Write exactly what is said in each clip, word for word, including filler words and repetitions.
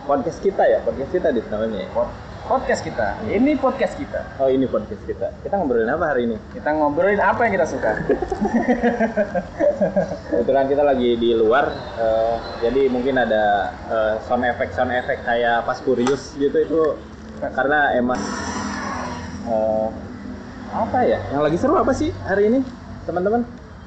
podcast kita ya, podcast kita di namanya ya? Pod- podcast kita, ini podcast kita. Oh ini podcast kita. Kita ngobrolin apa hari ini? Kita ngobrolin apa yang kita suka. Kebetulan kita lagi di luar, uh, jadi mungkin ada uh, sound effect sound effect kayak pas Furious gitu itu karena emang uh, apa ya? Yang lagi seru apa sih hari ini, teman-teman?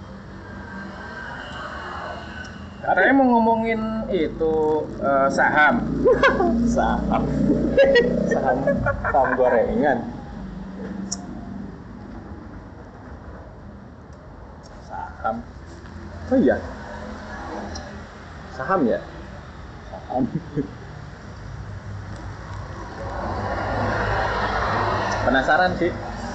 Katanya mau ngomongin itu uh, saham. Saham. Saham. Saham gorengan. Saham. Oh iya. Saham ya? Saham. Penasaran sih.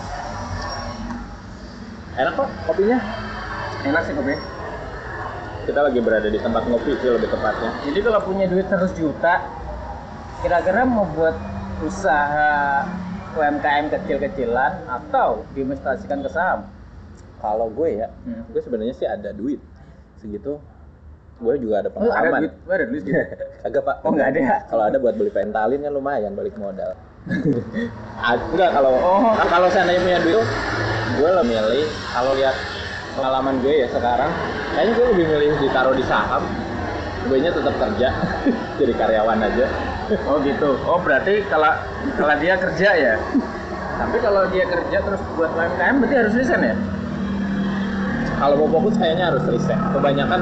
Enak kok kopinya. Enak sih kopi. Kita lagi berada di tempat ngopi sih lebih tepatnya. Jadi kalau punya duit seratus juta, kira-kira mau buat usaha U M K M kecil-kecilan atau diinvestasikan ke saham? Kalau gue ya, hmm. gue sebenarnya sih ada duit segitu. Gue juga ada pengalaman. Oh, ada duit, oh, ada duit gitu. Agak pak. Oh nggak ada. Kalau ada buat beli pentalin kan lumayan balik modal. Enggak kalau oh. kalau seandainya punya duit, gue lebih milih kalau lihat pengalaman gue ya sekarang, kayaknya gue lebih milih ditaruh di saham. Gue nya tetap kerja, jadi karyawan aja. Oh gitu. Oh berarti kalau kalau dia kerja ya. Tapi kalau dia kerja terus buat U M K M berarti harus resign ya? Kalau mau fokus kayaknya harus resign. Kebanyakan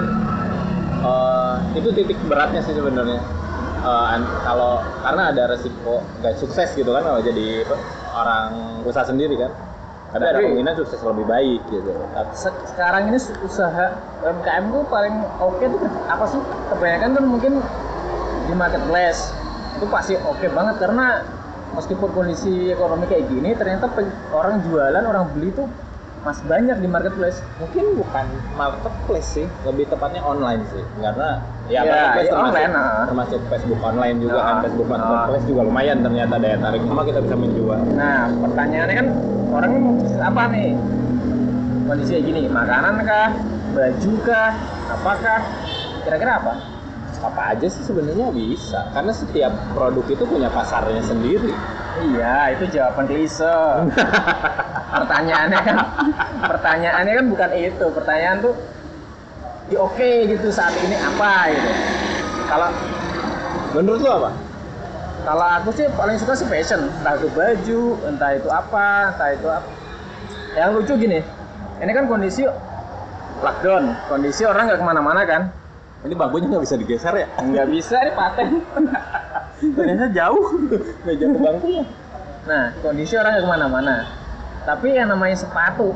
uh, itu titik beratnya sih sebenarnya. Uh, kalau karena ada resiko nggak sukses gitu kan kalau jadi orang usaha sendiri kan. Ada ada kemungkinan sukses lebih baik gitu. Se- sekarang ini usaha U M K M tuh paling oke okay tuh apa sih? Kebanyakan kan mungkin di marketplace itu pasti oke okay banget karena meskipun kondisi ekonomi kayak gini ternyata pe- orang jualan, orang beli tuh masih banyak di marketplace. Mungkin bukan marketplace sih, lebih tepatnya online sih. Karena ya, ya marketplace ya, termasuk, online, nah. termasuk Facebook online juga nah, kan, Facebook marketplace nah. juga lumayan ternyata daya tarik sama kita bisa menjual. Nah pertanyaannya kan orang ini mau bisnis apa nih? Kondisi kayak gini, makanan kah, baju kah, apakah? Kira-kira apa? Apa aja sih sebenarnya bisa, karena setiap produk itu punya pasarnya sendiri. Iya, itu jawaban klise. Pertanyaannya kan, pertanyaannya kan bukan itu. Pertanyaan tuh, di oke okay, gitu saat ini apa gitu. Kalau menurut lo apa? Kalau aku sih paling suka sih fashion, entah itu baju, entah itu apa, entah itu apa. Yang lucu gini, ini kan kondisi lockdown, kondisi orang nggak kemana-mana kan. Ini bangkunya nggak bisa digeser ya? Nggak bisa, ini paten. Ternyata jauh, nggak jatuh bangkunya. Nah, kondisi orang nggak kemana-mana. Tapi yang namanya sepatu,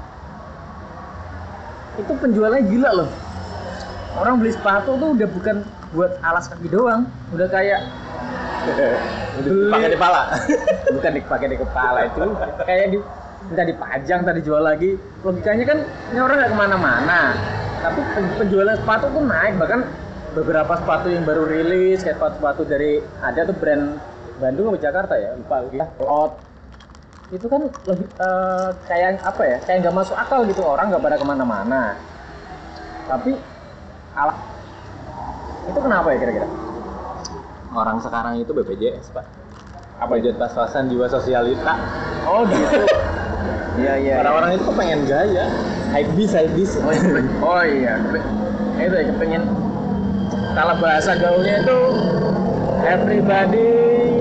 itu penjualannya gila loh. Orang beli sepatu tuh udah bukan buat alas kaki doang, udah kayak dipakai di kepala. Bukan dipakai di kepala itu, kayak di minta dipajang, tadi dijual lagi. Logikanya kan ini orang nggak kemana-mana. Tapi penjualan sepatu tuh naik, bahkan beberapa sepatu yang baru rilis kayak sepatu-sepatu dari ada tuh brand Bandung atau Jakarta ya, lupa gitu. Out itu kan lebih uh, kayak apa ya, kayak nggak masuk akal gitu, orang nggak pada kemana-mana. Tapi alah, itu kenapa ya kira-kira? Orang sekarang itu B P J S pak. Apa budget pas-pasan jiwa sosialita. Oh gitu. Iya iya. Orang-orang itu pengen gaya, hype bis, hype bis. Oh iya. Oh iya. Itu ya kepengen. Kalau bahasa gaulnya itu everybody.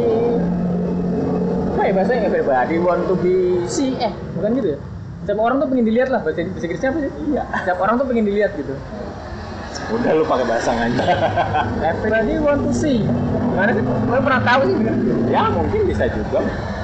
Apa ya bahasanya everybody want to be see eh bukan gitu ya. Setiap orang tuh pengen dilihat lah, bahasa bahasa Inggrisnya apa sih? Iya. Setiap orang tuh pengen dilihat gitu. Udah lu pakai bahasa nganja. Everybody want to see. Gimana sih? Lu pernah tahu sih? Ya mungkin bisa juga.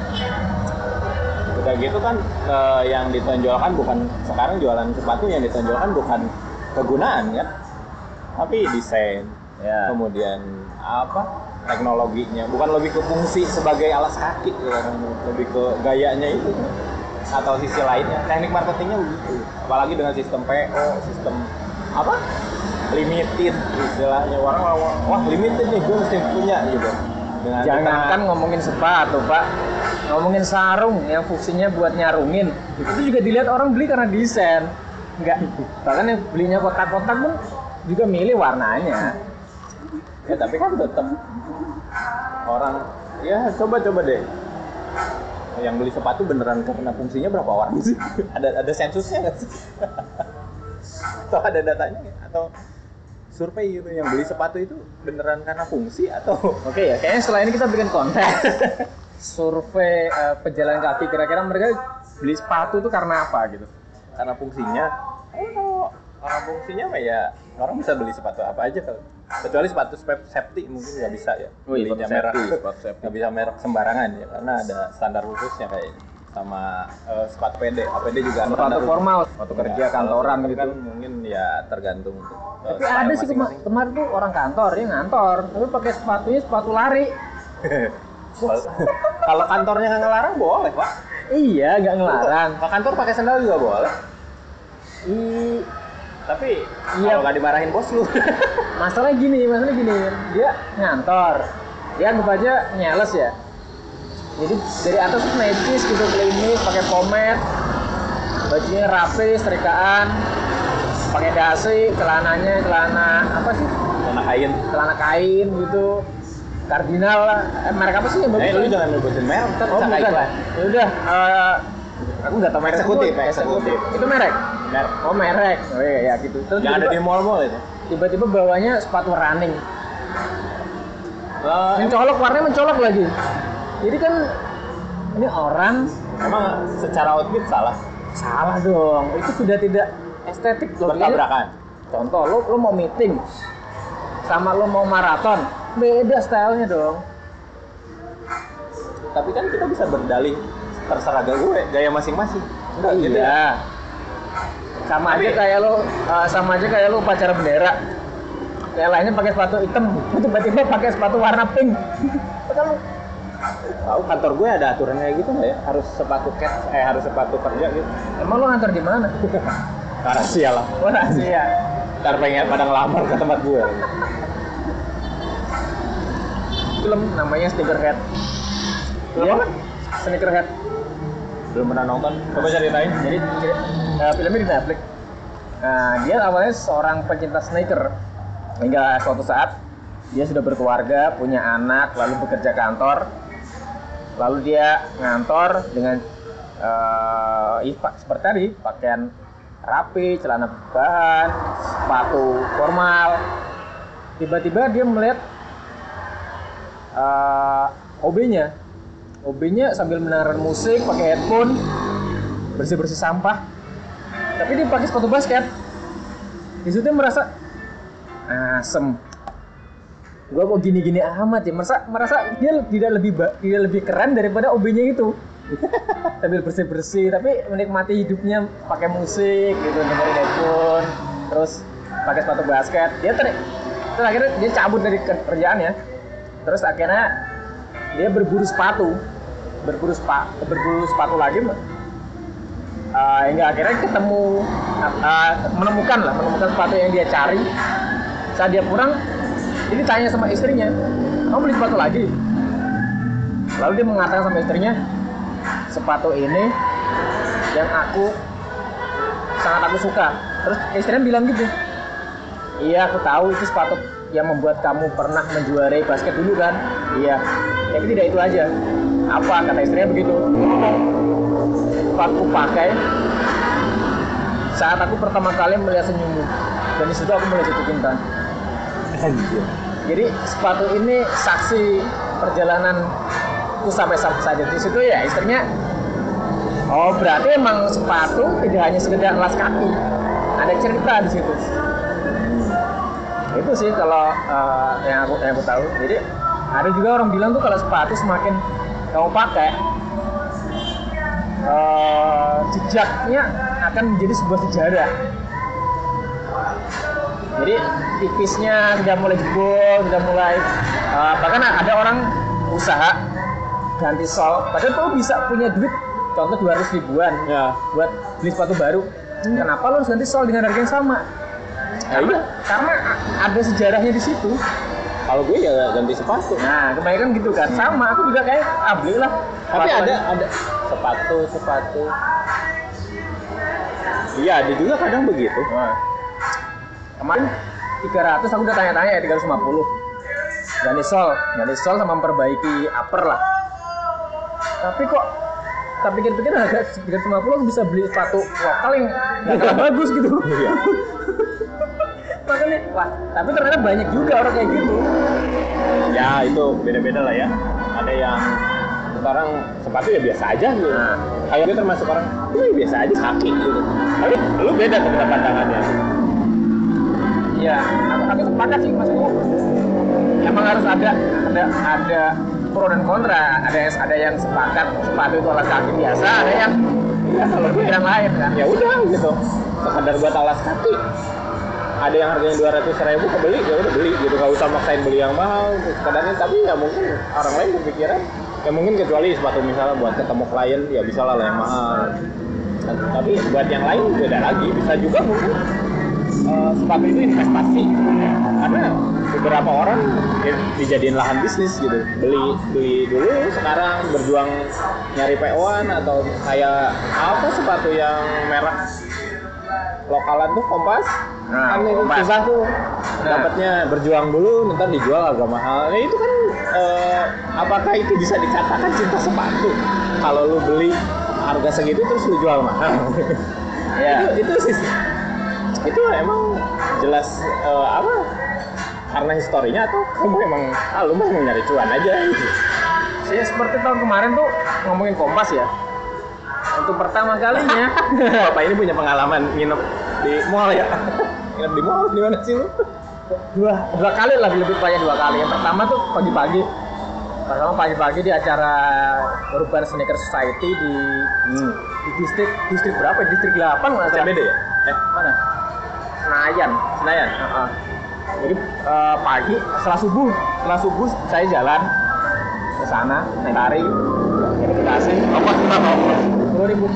Udah gitu kan eh, yang ditonjolkan bukan sekarang jualan sepatu yang ditonjolkan bukan kegunaan kan, tapi desain. Ya. Kemudian apa? Teknologinya, bukan lebih ke fungsi sebagai alas kaki, ya, lebih ke gayanya itu atau sisi lainnya. Teknik marketingnya begitu. Apalagi dengan sistem P O, sistem apa? Limited istilahnya, orang wah limited nih gue mesti punya gitu. Dengan jangankan ngomongin sepatu pak, ngomongin sarung yang fungsinya buat nyarungin itu juga dilihat orang beli karena desain, enggak bahkan yang belinya kotak-kotak pun juga milih warnanya. Ya tapi kan tetap orang ya coba-coba deh yang beli sepatu beneran karena fungsinya berapa orang sih? ada ada sensusnya nggak sih? Atau ada datanya atau survei gitu yang beli sepatu itu beneran karena fungsi atau oke ya kayaknya setelah ini kita bikin konten survei uh, pejalan kaki kira-kira mereka beli sepatu itu karena apa gitu? Karena fungsinya oh, karena fungsinya mah ya orang bisa beli sepatu apa aja kalau kecuali sepatu safety mungkin nggak bisa ya oh, iya, belinya merek nggak bisa merek sembarangan ya karena ada standar khususnya kayaknya sama uh, sepatu P D, A P D juga ada sepatu formal, sepatu kerja kantoran gitu kan mungkin ya tergantung untuk uh, tapi ada sih kema- kemarin tuh orang kantor ya ngantor tapi pakai sepatunya sepatu lari kalau kantornya nggak ngelarang boleh pak iya nggak ngelarang ke kantor pakai sandal juga boleh I... tapi iya. Kalau nggak dimarahin bos lu masalahnya gini masalahnya gini dia ngantor dia anggap aja nyales ya jadi dari atas tuh necis gitu klimis pakai pomade bajunya rapi setrikaan pakai dasi celananya celana apa sih celana kain celana kain gitu kardinal lah eh, merek apa sih yang bagus? Eh lu jangan nyebutin merek ntar oh bukan ya udah uh, aku nggak tahu merek eksekutif eksekutif itu merek merek oh merek oh iya ya gitu terus yang ada di mall-mall itu tiba-tiba bawanya sepatu running uh, mencolok warnanya mencolok lagi jadi kan ini orang emang secara outfit salah salah dong itu sudah tidak estetik loh bertabrakan contoh lo lo mau meeting sama lo mau maraton beda stylenya dong tapi kan kita bisa berdalih terserah gak gue gaya masing-masing enggak iya gitu ya? sama tapi, aja kayak lo uh, sama aja kayak lo upacara bendera yang lainnya pakai sepatu hitam tiba-tiba pakai sepatu warna pink kan tahu kantor gue ada aturan kayak gitu nggak ya harus sepatu cat eh harus sepatu kerja gitu emang lo ngantor di mana rahasia lah oh rahasia ntar pengen pada ngelamar ke tempat gue film namanya Sneakerhead iya Sneakerhead belum pernah nonton coba ceritain jadi uh, filmnya di Netflix nah, dia awalnya seorang pencinta sneaker hingga suatu saat dia sudah berkeluarga punya anak lalu bekerja kantor lalu dia ngantor dengan uh, seperti tadi pakaian rapi celana bahan sepatu formal tiba-tiba dia melihat uh, hobinya hobinya sambil mendengarkan musik pakai headphone bersih-bersih sampah tapi dia pakai sepatu basket di situ dia merasa asem gue mau gini-gini amat ya merasa merasa dia tidak lebih tidak lebih keren daripada hobinya itu sambil bersih-bersih tapi menikmati hidupnya pakai musik gitu dengerin headphone terus pakai sepatu basket dia ter terus akhirnya dia cabut dari kerjaannya terus akhirnya dia berburu sepatu berburu spa berburu sepatu lagi uh, hingga akhirnya ketemu uh, menemukan lah menemukan sepatu yang dia cari saat dia pulang jadi tanya sama istrinya kamu beli sepatu lagi lalu dia mengatakan sama istrinya sepatu ini yang aku sangat aku suka terus istrinya bilang gitu iya aku tahu itu sepatu yang membuat kamu pernah menjuarai basket dulu kan iya tapi tidak itu aja apa kata istrinya begitu sepatu pakai saat aku pertama kali melihat senyummu dan disitu aku mulai jatuh cinta. Anjir. Jadi sepatu ini saksi perjalananku sampai sampai saja di situ ya istrinya. Oh berarti emang sepatu tidak hanya sekedar alas kaki, ada cerita di situ. Itu sih kalau uh, yang aku yang aku tahu. Jadi ada juga orang bilang tuh kalau sepatu semakin kamu pakai, uh, jejaknya akan menjadi sebuah sejarah. Jadi tipisnya sudah mulai jebol, sudah mulai uh, bahkan ada orang usaha ganti sol. Padahal kamu bisa punya duit, contoh dua ratus ribuan ya, buat beli sepatu baru. Hmm. Kenapa lo harus ganti sol dengan harga yang sama? Ya, karena, iya. karena ada sejarahnya di situ. Kalau gue ya ganti sepatu. Nah, kebanyakan gitu kan. Hmm. Sama, aku juga kayak ah, beli lah. Tapi ada lagi. ada sepatu sepatu. Iya, ada juga kadang begitu. Nah. Kemarin tiga ratus aku udah tanya-tanya ya tiga ratus lima puluh. nggak nisol nggak nisol sama memperbaiki upper lah. Tapi kok tak pikir-pikir harga tiga ratus lima puluh bisa beli sepatu lokal yang nggak kalah bagus gitu. Iya. Makanya wah, tapi ternyata banyak juga orang kayak gitu. Ya itu beda-beda lah ya. Ada yang sekarang sepatu ya biasa aja gitu. Nah, kayak gue termasuk orang, ya biasa aja kaki gitu. Tapi lu beda tuh pandangannya. Iya, aku, aku sepakat sih maksudku. Emang harus ada ada ada pro dan kontra. Ada yang ada yang sepakat sepatu itu alas kaki biasa, ada yang ya kalau gue yang lain kan. Ya udah gitu. Sekadar buat alas kaki. Ada yang harganya dua ratus ribu kebeli, ya udah beli gitu, nggak usah maksain beli yang mahal sekedarnya. Tapi ya mungkin orang lain berpikiran ya mungkin kecuali sepatu misalnya buat ketemu klien ya bisa lah yang mahal. Tapi buat yang lain beda lagi, bisa juga mungkin uh, sepatu itu investasi karena beberapa orang ya, dijadiin lahan bisnis gitu, beli beli dulu sekarang berjuang nyari P O-an atau kayak apa sepatu yang merek lokalan tuh Kompas. Nah, kan itu susah tuh nah. Dapatnya berjuang dulu, ntar dijual agak mahal. Nah itu kan eh, apakah itu bisa dikatakan cinta sepatu? Kalau lu beli harga segitu terus lu jual mahal. Ya itu, itu sih itu emang jelas eh, apa? Karena historinya atau kamu emang ah, lu mau nyari cuan aja gitu. Saya seperti tahun kemarin tuh ngomongin Kompas ya. Untuk pertama kalinya, Bapak ini punya pengalaman nginep di mall ya? Nginep di mall di mana sih lu? Dua, dua kali lah, lebih banyak dua kali. Yang pertama tuh pagi-pagi. Pertama pagi-pagi di acara Urban Sneaker Society di hmm. di distrik distrik berapa? Distrik delapan nggak salah. C B D ya? Eh mana? Senayan. Senayan. Uh-huh. Jadi uh, pagi setelah subuh, setelah subuh saya jalan ke sana, naik tarik, ke Bekasi. Ongkos berapa ongkos? Sepuluh ribu.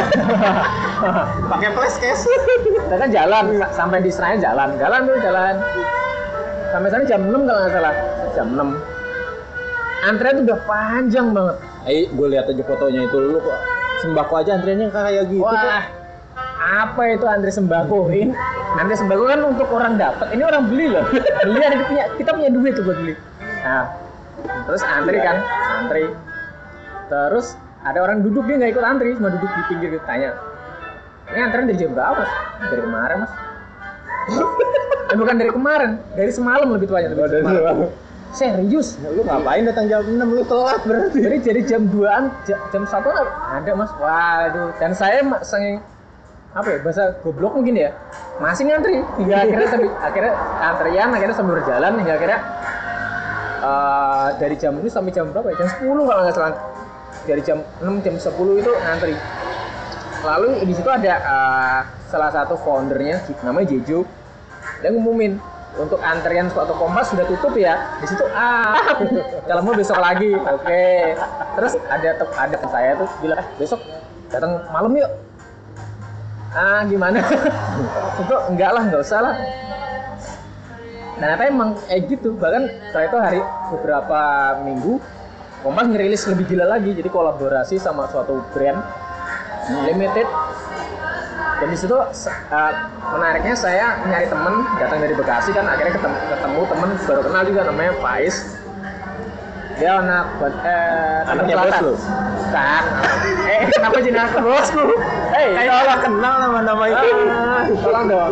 Pakai flash cash. Kita kan jalan sampai di Senayan jalan, jalan tuh jalan. Sampai sana jam enam kalau nggak salah, jam enam. Antrian tuh udah panjang banget. Eh, gue lihat aja fotonya itu lu kok sembako aja antriannya kayak gitu. Wah, tuh. Apa itu antri sembako? Ini antri sembako kan untuk orang dapat. Ini orang beli loh. Beli ada punya, kita punya duit tuh buat beli. Nah, terus antri kan, antri. Terus ada orang duduk, dia nggak ikut antri, cuma duduk di pinggir gitu, tanya, ini antrian dari jam berapa mas? Dari kemarin mas. eh, bukan dari kemarin, dari semalam lebih tepatnya. Oh, dari semalam. Serius? Lu ngapain datang jam enam? Lu telat berarti. Jadi jadi jam duaan, jam satu ada mas. Waduh, dan saya senging apa ya, bahasa goblok mungkin ya, masih ngantri hingga akhirnya sambil, akhirnya antrian akhirnya sambil berjalan hingga akhirnya uh, dari jam itu sampai jam berapa ya? Jam sepuluh kalau nggak salah. Dari jam enam jam sepuluh itu ngantri. Lalu di situ ada uh, salah satu foundernya namanya Jejo. Dia ngumumin untuk antrian sepatu Kompas sudah tutup ya. Di situ ah kalau mau besok lagi. Oke. Okay. Terus ada ada saya tuh bilang eh besok datang malam yuk. Ah gimana? Itu enggak lah, enggak usah lah. Ternyata emang kayak gitu. Bahkan setelah itu hari beberapa minggu Kompas ngerilis lebih gila lagi, jadi kolaborasi sama suatu brand hmm. limited. Dan di situ uh, menariknya saya nyari temen datang dari Bekasi kan, akhirnya ketemu, ketemu temen baru kenal juga namanya Faiz. Dia anak eh anaknya bos lu. Kan. Eh kenapa jadi anak bosku? Hei, tolong kenal nama-nama itu. Ah, tolong dong.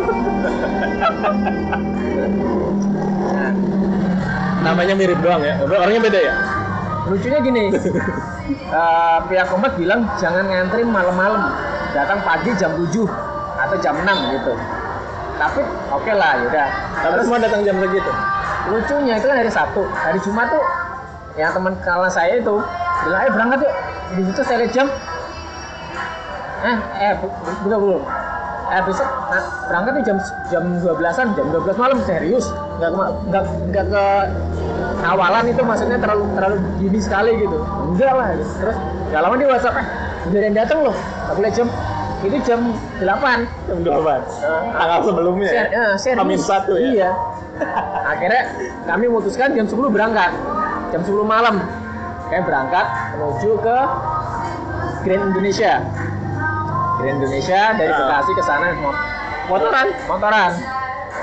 Nah, namanya mirip doang ya. Orangnya beda ya? Lucunya gini, uh, pihak Kompas bilang jangan ngantri malam-malam, datang pagi jam tujuh atau jam enam gitu. Tapi oke okay lah, yaudah. Terus mau datang jam segitu? Lucunya itu kan hari Sabtu, hari Jumat tuh yang teman kalah saya itu bilang, eh berangkat yuk. Di situ saya lihat jam, eh eh belum belum. Eh besok nah, berangkat tuh jam jam dua belasan, jam dua belas malam, serius. Nggak nggak nggak ke awalan itu maksudnya terlalu terlalu dini sekali gitu. Enggak lah gitu. Terus gak lama di WhatsApp eh udah ada yang datang loh. Aku lihat jam itu jam delapan. Jam delapan. Tanggal sebelumnya. Ser, ya, serius. Amin satu ya. Iya. Akhirnya kami memutuskan jam sepuluh berangkat. Jam sepuluh malam. Kayak berangkat menuju ke Grand Indonesia. Grand Indonesia dari Bekasi ke sana motoran, motoran.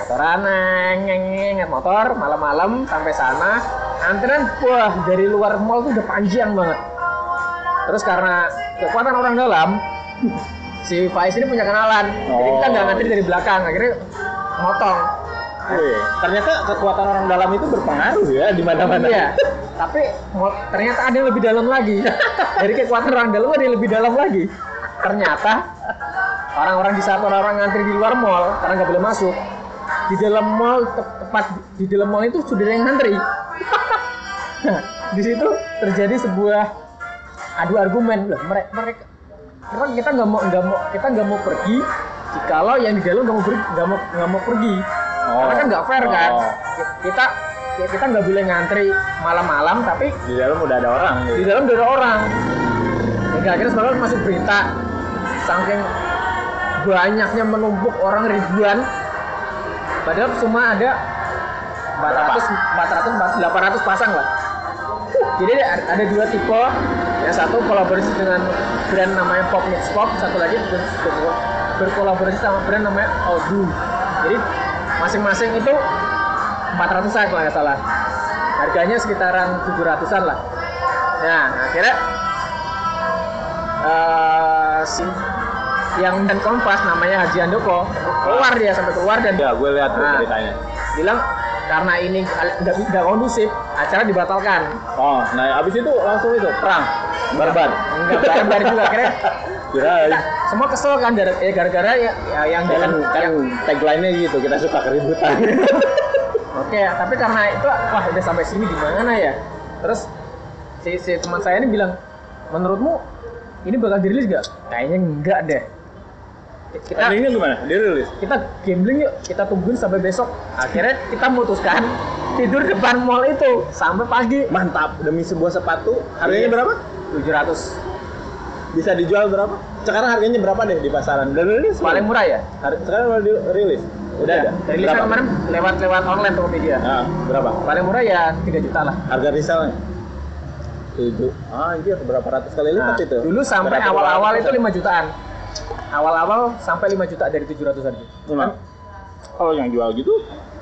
motoran neng motor malam-malam sampai sana antrian wah dari luar mall tuh udah panjang banget. Terus karena kekuatan orang dalam si Faiz ini punya kenalan, oh. jadi kita nggak ngantri dari belakang, akhirnya motong. Wih, ternyata kekuatan orang dalam itu berpengaruh ya di mana-mana. Iya. Tapi mo- ternyata ada yang lebih dalam lagi. Dari kekuatan orang dalam ada yang lebih dalam lagi. Ternyata orang-orang di saat orang-orang ngantri di luar mall karena nggak boleh masuk, di dalam mall te- tepat di dalam mall itu sudah ada yang ngantri. Nah, di situ terjadi sebuah adu argumen lah. Mereka mereka kita nggak mau nggak mau kita nggak mau pergi jikalau yang di dalam nggak mau pergi nggak mau nggak mau pergi. Oh. Karena kan nggak fair kan. Oh. Kita kita nggak boleh ngantri malam-malam tapi di dalam udah ada orang. Gitu. Di dalam udah ada orang. Dan akhirnya sebenarnya masuk berita saking banyaknya menumpuk orang ribuan. Padahal cuma ada empat ratus, empat ratus, delapan ratus pasang lah. Jadi ada dua tipe. Yang satu kolaborasi dengan brand namanya Pop Mix Pop, satu lagi ber- ber- berkolaborasi sama brand namanya Odoo. Jadi masing-masing itu empat ratusan kalau nggak salah. Harganya sekitaran tujuh ratusan lah. Nah, akhirnya uh, si yang dan Kompas namanya Haji Andoko keluar dia sampai keluar dan ya gue lihat tuh nah, ceritanya. Bilang karena ini nggak nggak kondusif, acara dibatalkan. Oh, nah abis itu langsung itu perang, barbar. Enggak barbar juga akhirnya. Kira semua kesel kan gara- ya gara-gara ya, ya yang ya kan, kan yang tagline-nya gitu, kita suka keributan. Oke, tapi karena itu wah udah sampai sini gimana ya? Terus si, si teman saya ini bilang, menurutmu ini bakal dirilis nggak? Kayaknya enggak deh. Kita Akhirnya gimana? Dirilis? Kita gambling yuk, kita tungguin sampai besok. Akhirnya kita memutuskan tidur depan mall itu sampai pagi. Mantap, demi sebuah sepatu. Harganya iya. berapa? tujuh ratus. Bisa dijual berapa? Sekarang harganya berapa deh di pasaran? Udah rilis? Paling murah ya? Sekarang udah rilis? Udah ada? Rilis kan kemarin lewat-lewat online Tokopedia. Nah, berapa? Paling murah ya tiga juta lah. Harga resellnya? tujuh. Ah, anjir, berapa ratus kali lipat nah, itu? Dulu sampai berapa awal-awal itu lima jutaan. Awal-awal sampai lima juta dari tujuh ratus aja. Nah, kalau yang jual gitu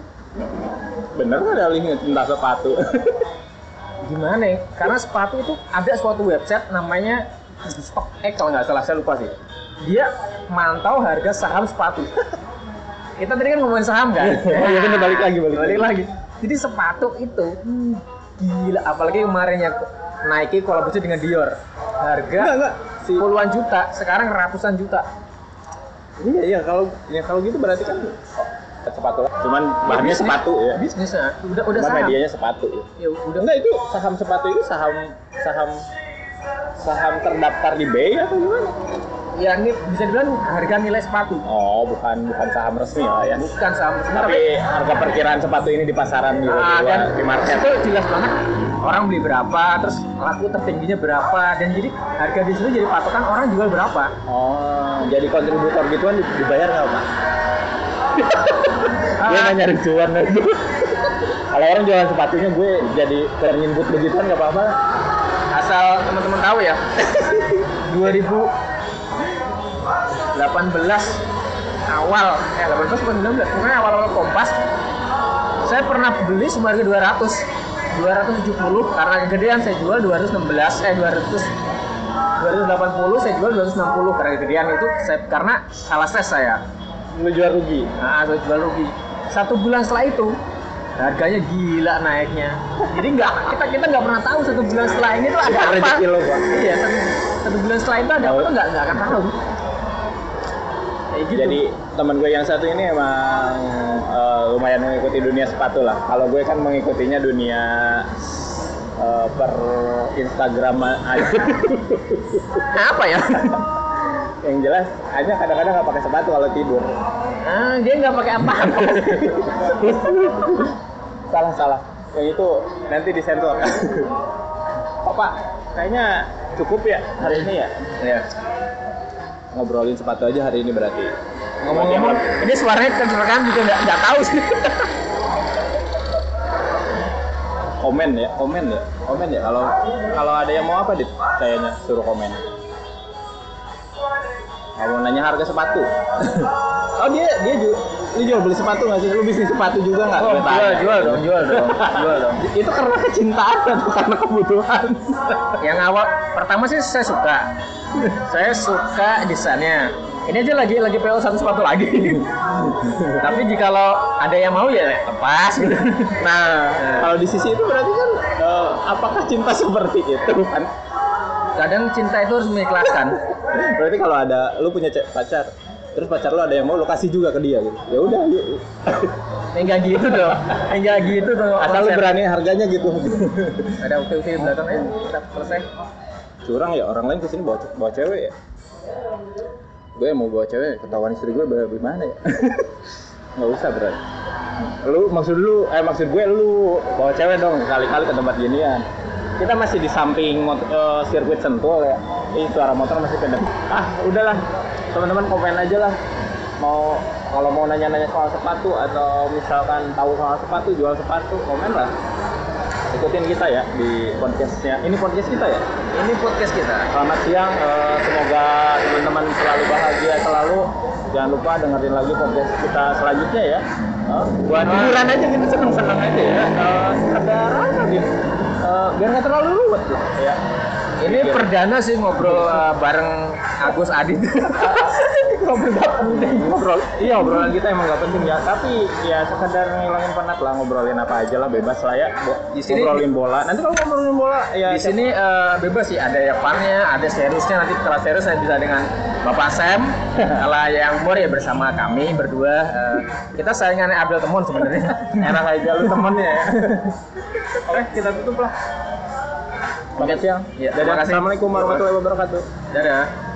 bener nggak ada linknya tentang sepatu? Gimana ya? Karena sepatu itu ada suatu website namanya StockX kalau nggak salah, saya lupa sih. Dia mantau harga saham sepatu. Kita tadi kan ngomongin saham kan? Oh iya bener, balik lagi balik, balik lagi. Jadi sepatu itu hmm, gila, apalagi kemarin yang Nike kolaborasi dengan Dior. Harga enggak, enggak. Si puluhan juta, sekarang ratusan juta. Iya iya, kalau ya kalau gitu berarti kan sepatu lah. Cuman bahannya bisnis, sepatu ya. Bisnisnya udah udah saham. Medianya sepatu ya. Ya udah. Enggak, itu saham sepatu itu saham saham saham terdaftar di B I atau gimana? Ya ini bisa dibilang harga nilai sepatu. Oh, bukan bukan saham resmi lah ya. Bukan saham resmi. Tapi, tapi harga perkiraan sepatu ini di pasaran gitu ah, di, dan di market. Itu jelas banget. Orang beli berapa, terus laku tertingginya berapa, dan jadi harga di situ jadi patokan orang jual berapa. Oh, jadi kontributor gituan dibayar nggak Pak? Gue nggak nyari cuan lagi. Kalau orang jualan sepatunya gue jadi ternyinput begituan nggak apa-apa. Asal teman-teman tahu ya. dua ribu delapan belas awal, eh delapan belas atau sembilan belas, pokoknya awal-awal Kompas, saya pernah beli cuma harga dua ratus. dua ratus tujuh puluh, karena kegedean saya jual dua ratus enam belas, eh dua ratus dua ratus delapan puluh, saya jual dua ratus enam puluh. Karena kegedean itu saya karena salah ses saya. Lu jual rugi. Nah, saya jual rugi. Satu bulan setelah itu harganya gila naiknya. Jadi nggak kita kita nggak pernah tahu satu bulan setelah ini tuh ada apa. Kilo, iya, satu, satu bulan setelah itu ada apa tuh nggak nggak akan tahu. Gitu. Jadi teman gue yang satu ini emang uh, lumayan mengikuti dunia sepatu lah. Kalau gue kan mengikutinya dunia uh, per Instagram aja. Apa ya? Yang jelas hanya kadang-kadang nggak pakai sepatu kalau tidur. Ah, dia nggak pakai apa-apa. salah salah. Yang itu nanti disensor. Oh, Pak, kayaknya cukup ya hari ini ya. Iya. Ngobrolin sepatu aja hari ini berarti. Ngomong-ngomong, ini suaranya kerekam juga nggak nggak tahu sih. Komen ya, komen ya, komen ya. Kalau kalau ada yang mau apa dit, kayaknya suruh komen. Kalau nanya harga sepatu. Oh dia dia juga lu jual beli sepatu nggak sih? Lu bisnis sepatu juga nggak? Oh, jual, jual dong, jual dong, jual dong. Itu karena kecintaan atau karena kebutuhan? Yang awal pertama sih saya suka, saya suka desainnya. Ini aja lagi lagi P O satu sepatu lagi. Tapi jikalau ada yang mau ya lepas gitu. Nah, nah, kalau di sisi itu berarti kan uh, apakah cinta seperti itu kan? Kadang cinta itu harus mengikhlaskan. Berarti kalau ada lu punya pacar, terus pacar lu ada yang mau lu kasih juga ke dia gitu. Ya udah, yuk. Enggak gitu dong. Enggak gitu dong. Asal lu berani harganya gitu. Ada ukti-ukti di belakang ya, kita selesai. Curang ya, orang lain kesini bawa bawa cewek ya. Gue mau bawa cewek, ketahuan istri gue bagaimana ya? Nggak usah berarti. Lu maksud lu, eh maksud gue lu bawa cewek dong kali-kali ke tempat ginian. Kita masih di samping mot- uh, sirkuit Sentul ya. Ih, suara motor masih kedengar. Ah, udahlah. Teman-teman komen aja lah. Mau kalau mau nanya-nanya soal sepatu atau misalkan tahu soal sepatu, jual sepatu, komen lah. Ikutin kita ya di podcastnya. Ini podcast kita ya? Ini podcast kita. Selamat siang, uh, semoga teman-teman selalu bahagia selalu. Jangan lupa dengerin lagi podcast kita selanjutnya ya. Uh, buat hiburan aja kita senang-senang aja ya. Uh, sekedar apa gitu. Uh, biar nggak terlalu ruwet lah ya. Ini perdana sih ngobrol uh, bareng Agus Adit. Ngobrol gak penting. Ngobrol. Iya, obrolan kita emang gak penting ya. Tapi ya sekedar ngilangin penat lah, ngobrolin apa aja lah, bebas lah ya. Di sini ngobrolin bola. Nanti kalau ngobrolin bola ya di sini uh, bebas sih, ada yang funnya, ada seriusnya. Nanti setelah serius saya bisa dengan Bapak Sam. Kalau yang humor ya bersama kami berdua. Uh, kita saingannya Abdul Temon sebenarnya. Enak aja lu temennya ya. Oke, kita tutup lah. Selamat siang. Ya, Dadah. Assalamualaikum warahmatullahi wabarakatuh. Dadah.